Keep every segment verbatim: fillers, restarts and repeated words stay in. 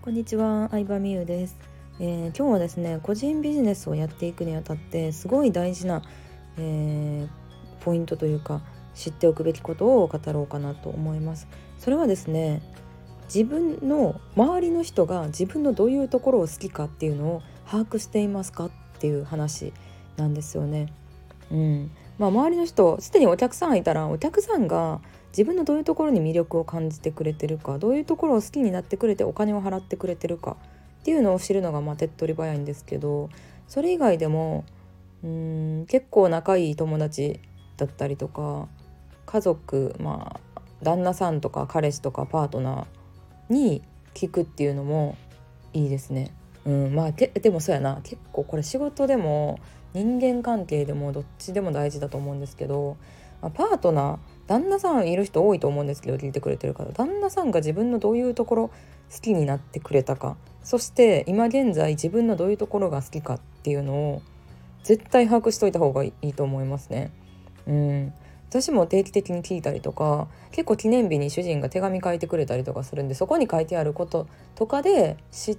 こんにちは、相葉美優です。えー、今日はですね、個人ビジネスをやっていくにあたってすごい大事な、えー、ポイントというか知っておくべきことを語ろうかなと思います。それはですね、自分の周りの人が自分のどういうところを好きかっていうのを把握していますかっていう話なんですよね。うんまあ、周りの人、すでにお客さんいたらお客さんが自分のどういうところに魅力を感じてくれてるか、どういうところを好きになってくれてお金を払ってくれてるかっていうのを知るのがまあ手っ取り早いんですけど、それ以外でもうーん結構仲いい友達だったりとか家族、まあ旦那さんとか彼氏とかパートナーに聞くっていうのもいいですね。うんまあで、でもそうやな、結構これ仕事でも人間関係でもどっちでも大事だと思うんですけど、まあパートナー旦那さんいる人多いと思うんですけど、聞いてくれてる方、旦那さんが自分のどういうところ好きになってくれたか、そして今現在自分のどういうところが好きかっていうのを絶対把握しといた方がいいと思いますね。うん私も定期的に聞いたりとか、結構記念日に主人が手紙書いてくれたりとかするんで、そこに書いてあることとかで知って、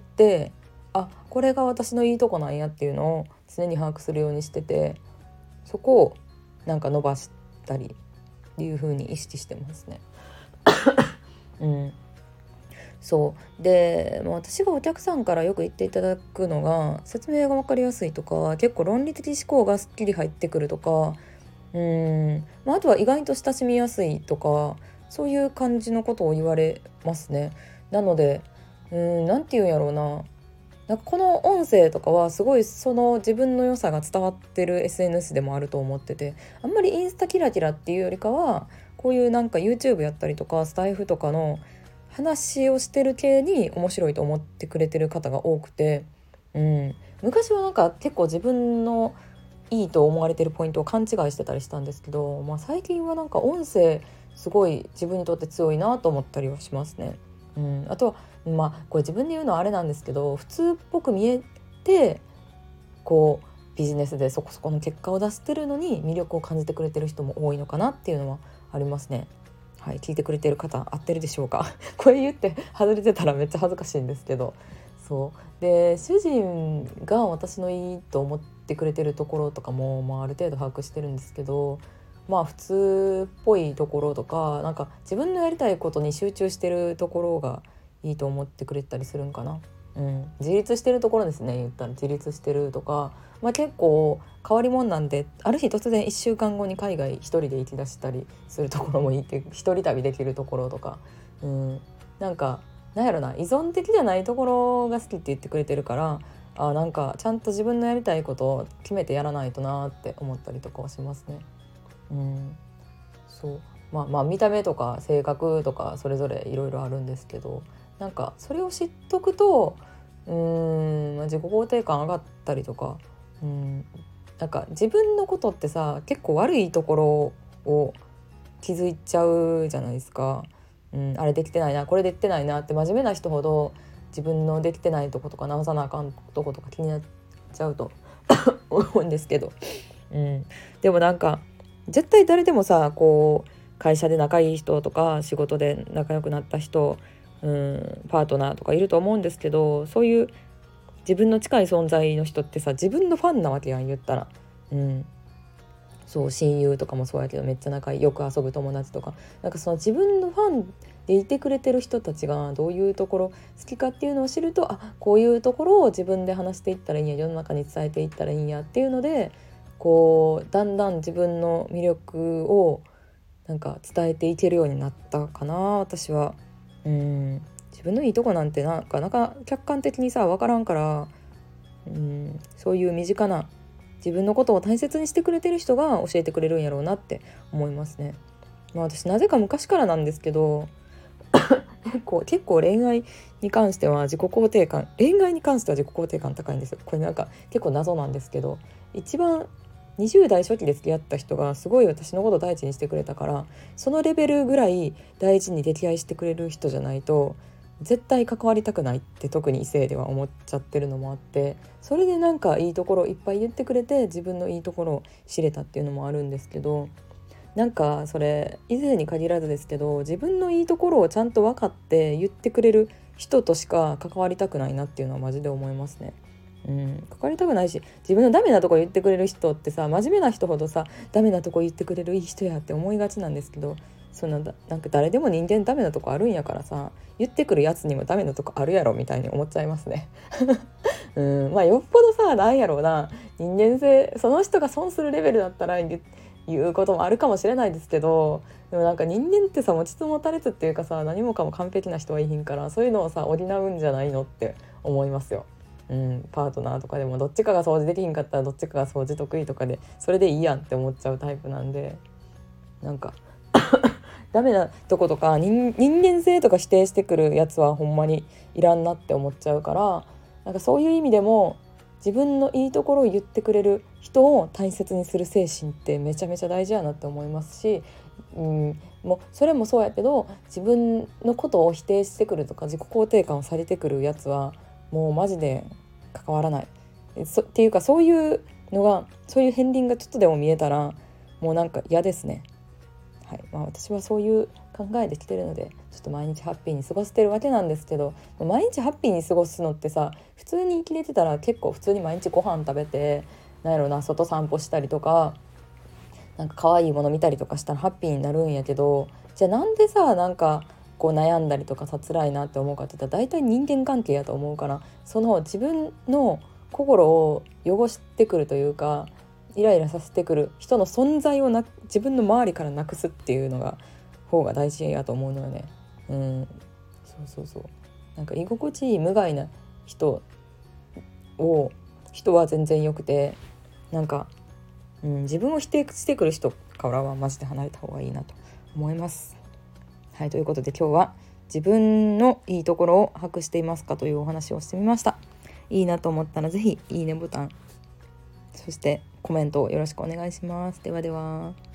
あ、これが私のいいとこなんやっていうのを常に把握するようにしてて、そこをなんか伸ばしたりっていう風に意識してますね。うんそうで、もう私がお客さんからよく言っていただくのが、説明が分かりやすいとか、結構論理的思考がすっきり入ってくるとか、うーん、まあ、あとは意外と親しみやすいとか、そういう感じのことを言われますね。なのでうーんなんて言うんやろうな、なんかこの音声とかはすごいその自分の良さが伝わってる エスエヌエス でもあると思ってて、あんまりインスタキラキラっていうよりかは、こういうなんか YouTube やったりとかスタイフとかの話をしてる系に面白いと思ってくれてる方が多くて、うん、昔はなんか結構自分のいいと思われてるポイントを勘違いしてたりしたんですけど、まあ、最近はなんか音声すごい自分にとって強いなと思ったりはしますね。うん、あとはまあこれ自分で言うのはあれなんですけど、普通っぽく見えてこうビジネスでそこそこの結果を出してるのに魅力を感じてくれてる人も多いのかなっていうのはありますね。はい、聞いてくれてる方合ってるでしょうかこれ言って外れてたらめっちゃ恥ずかしいんですけど、そうで主人が私のいいと思ってくれてるところとかも、まあ、ある程度把握してるんですけど、まあ普通っぽいところとか、なんか自分のやりたいことに集中してるところがいいと思ってくれたりするんかな。うん、自立してるところですね。言ったら自立してるとか、まあ、結構変わり者なんで、ある日突然いっしゅうかんごに海外一人で行き出したりするところもいいって、一人旅できるところとか、うん、なんかなんやろな、依存的じゃないところが好きって言ってくれてるから、あ、なんかちゃんと自分のやりたいことを決めてやらないとなって思ったりとかはしますね。うん、そうまあまあ見た目とか性格とかそれぞれいろいろあるんですけど、なんかそれを知っとくと、うーん、まあ自己肯定感上がったりとか、うん、なんか自分のことってさ、結構悪いところを気づいちゃうじゃないですか。うん、あれできてないな、これできてないなって、真面目な人ほど自分のできてないとことか直さなあかんとことか気になっちゃうと思うんですけど、うん、でもなんか絶対誰でもさ、こう会社で仲いい人とか仕事で仲良くなった人、うん、パートナーとかいると思うんですけど、そういう自分の近い存在の人ってさ、自分のファンなわけやん、言ったら。うん、そう親友とかもそうやけど、めっちゃ仲いいよく遊ぶ友達とか、なんかその自分のファンでいてくれてる人たちがどういうところ好きかっていうのを知ると、あ、こういうところを自分で話していったらいいんや、世の中に伝えていったらいいんやっていうので、こうだんだん自分の魅力をなんか伝えていけるようになったかな、私は。うん自分のいいとこなんてなかなか客観的にさ分からんから、うんそういう身近な自分のことを大切にしてくれてる人が教えてくれるんやろうなって思いますね。まあ私なぜか昔からなんですけど、結構結構恋愛に関しては自己肯定感恋愛に関しては自己肯定感高いんですよ。これなんか結構謎なんですけど、一番にじゅう代初期で付き合った人がすごい私のことを大事にしてくれたから、そのレベルぐらい大事に溺愛してくれる人じゃないと絶対関わりたくないって、特に異性では思っちゃってるのもあって、それでなんかいいところいっぱい言ってくれて自分のいいところを知れたっていうのもあるんですけど、なんかそれ以前に限らずですけど、自分のいいところをちゃんと分かって言ってくれる人としか関わりたくないなっていうのはマジで思いますね。うん、関わりたくないし、自分のダメなとこ言ってくれる人ってさ、真面目な人ほどさ、ダメなとこ言ってくれるいい人やって思いがちなんですけど、そんなだなんか誰でも人間ダメなとこあるんやからさ、言ってくるやつにもダメなとこあるやろみたいに思っちゃいますね。うん、まあよっぽどさ、なんやろうな、人間性、その人が損するレベルだったら言言うこともあるかもしれないですけど、でもなんか人間ってさ、持ちつ持たれつっていうかさ、何もかも完璧な人はいひんから、そういうのをさ補うんじゃないのって思いますよ。うん、パートナーとかでもどっちかが掃除できひんかったらどっちかが掃除得意とかでそれでいいやんって思っちゃうタイプなんで、なんかダメなとことか 人, 人間性とか否定してくるやつはほんまにいらんなって思っちゃうから、なんかそういう意味でも自分のいいところを言ってくれる人を大切にする精神ってめちゃめちゃ大事やなって思いますし、うん、もうそれもそうやけど、自分のことを否定してくるとか自己肯定感を下げてくるやつはもうマジで関わらない。そっていうか、そういうのが、そういう片鱗がちょっとでも見えたらもうなんか嫌ですね。はい、まあ、私はそういう考えで来てるので、ちょっと毎日ハッピーに過ごしてるわけなんですけど、毎日ハッピーに過ごすのってさ、普通に生きれてたら結構普通に毎日ご飯食べて、なんやろな、外散歩したりとか、なんか可愛いもの見たりとかしたらハッピーになるんやけど、じゃあなんでさ、なんかこう悩んだりとかさ、辛いなって思うかって言ったら大体人間関係やと思うから、その自分の心を汚してくるというか、イライラさせてくる人の存在をな自分の周りからなくすっていうのが方が大事やと思うのよね。うん、そうそうそう。なんか居心地いい無害な人を人は全然よくて、なんか、うん、自分を否定してくる人からはマジで離れた方がいいなと思います。はい、ということで今日は自分のいいところを把握していますかというお話をしてみました。いいなと思ったらぜひいいねボタン、そしてコメントをよろしくお願いします。ではでは。